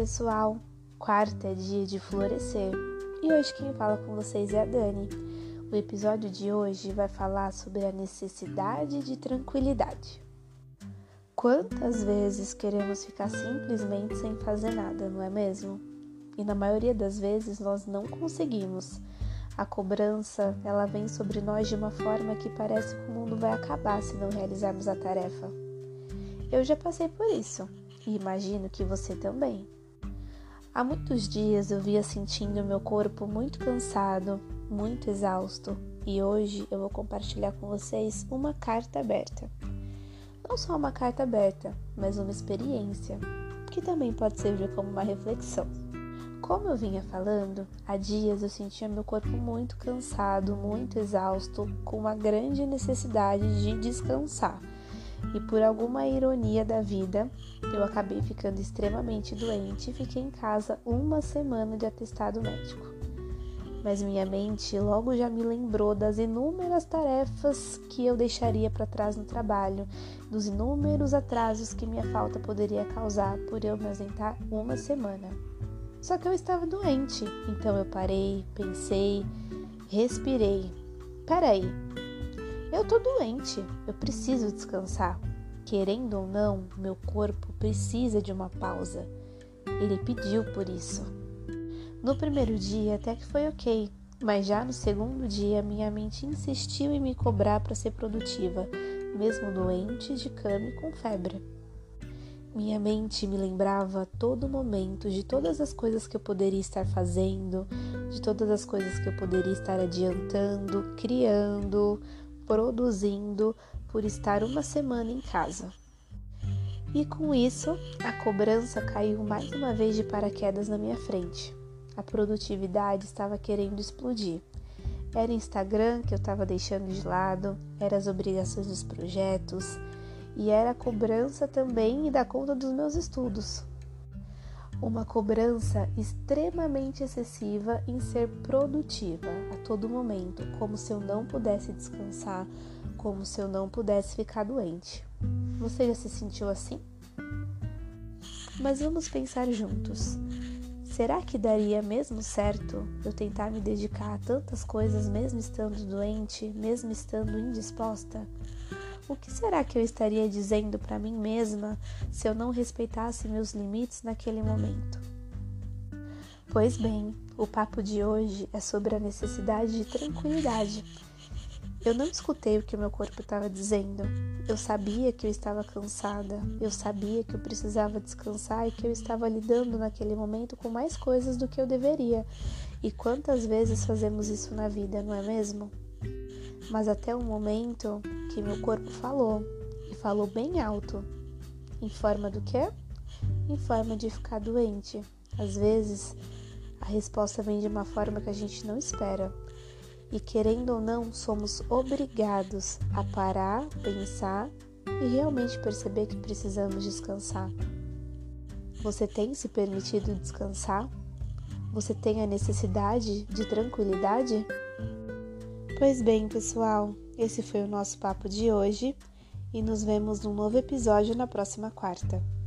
pessoal! Quarta é dia de florescer e hoje quem fala com vocês é a Dani. O episódio de hoje vai falar sobre a necessidade de tranquilidade. Quantas vezes queremos ficar simplesmente sem fazer nada, não é mesmo? E na maioria das vezes nós não conseguimos. A cobrança, ela vem sobre nós de uma forma que parece que o mundo vai acabar se não realizarmos a tarefa. Eu já passei por isso. E imagino que você também. Há muitos dias eu via sentindo meu corpo muito cansado, muito exausto, e hoje eu vou compartilhar com vocês uma carta aberta. Não só uma carta aberta, mas uma experiência, que também pode servir como uma reflexão. Como eu vinha falando, há dias eu sentia meu corpo muito cansado, muito exausto, com uma grande necessidade de descansar. E por alguma ironia da vida, eu acabei ficando extremamente doente e fiquei em casa uma semana de atestado médico. Mas minha mente logo já me lembrou das inúmeras tarefas que eu deixaria para trás no trabalho, dos inúmeros atrasos que minha falta poderia causar por eu me ausentar uma semana. Só que eu estava doente, então eu parei, pensei, respirei. Peraí. Eu tô doente, eu preciso descansar. Querendo ou não, meu corpo precisa de uma pausa. Ele pediu por isso. No primeiro dia até que foi ok, mas já no segundo dia minha mente insistiu em me cobrar para ser produtiva, mesmo doente, de cama e com febre. Minha mente me lembrava a todo momento de todas as coisas que eu poderia estar fazendo, de todas as coisas que eu poderia estar adiantando, criando, produzindo por estar uma semana em casa. E com isso, a cobrança caiu mais uma vez de paraquedas na minha frente. A produtividade estava querendo explodir. Era Instagram que eu estava deixando de lado, eram as obrigações dos projetos e era a cobrança também e da conta dos meus estudos. Uma cobrança extremamente excessiva em ser produtiva a todo momento, como se eu não pudesse descansar, como se eu não pudesse ficar doente. Você já se sentiu assim? Mas vamos pensar juntos. Será que daria mesmo certo eu tentar me dedicar a tantas coisas mesmo estando doente, mesmo estando indisposta? O que será que eu estaria dizendo para mim mesma se eu não respeitasse meus limites naquele momento? Pois bem, o papo de hoje é sobre a necessidade de tranquilidade. Eu não escutei o que o meu corpo estava dizendo. Eu sabia que eu estava cansada, eu sabia que eu precisava descansar e que eu estava lidando naquele momento com mais coisas do que eu deveria. E quantas vezes fazemos isso na vida, não é mesmo? Mas até o momento que meu corpo falou, e falou bem alto. Em forma do quê? Em forma de ficar doente. Às vezes, a resposta vem de uma forma que a gente não espera. E querendo ou não, somos obrigados a parar, pensar e realmente perceber que precisamos descansar. Você tem se permitido descansar? Você tem a necessidade de tranquilidade? Pois bem, pessoal, esse foi o nosso papo de hoje e nos vemos num novo episódio na próxima quarta.